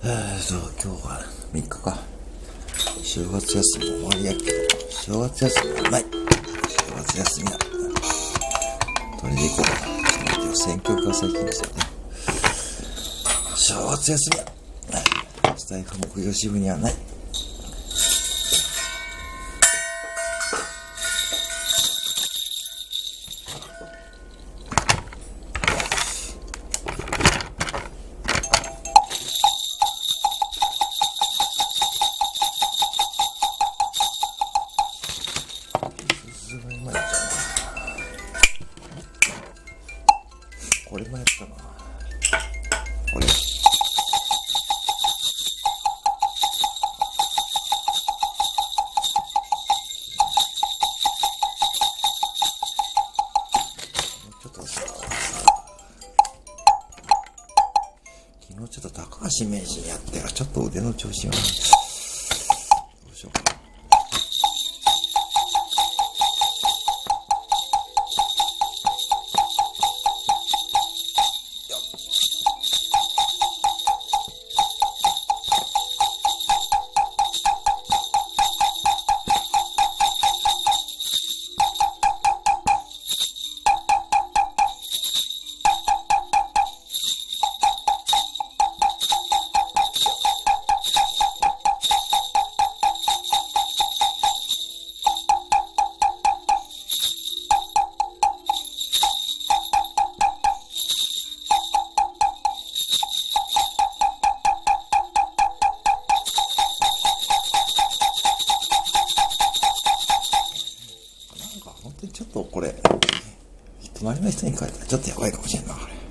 今日は3日か。正月休み終わりやけど、正月休みはない。正月休みだ。どれで行こうかな。ちょっと待ってよ。選挙が最近ですよね。正月休みや。スタイフ木曜支部にはない。これもやったな。これ。ちょっとさ、昨日ちょっと高橋名人やってからちょっと腕の調子がどうしようかな。本当にちょっとこれ、隣の人に書いたらちょっとやばいかもしれんな、これ。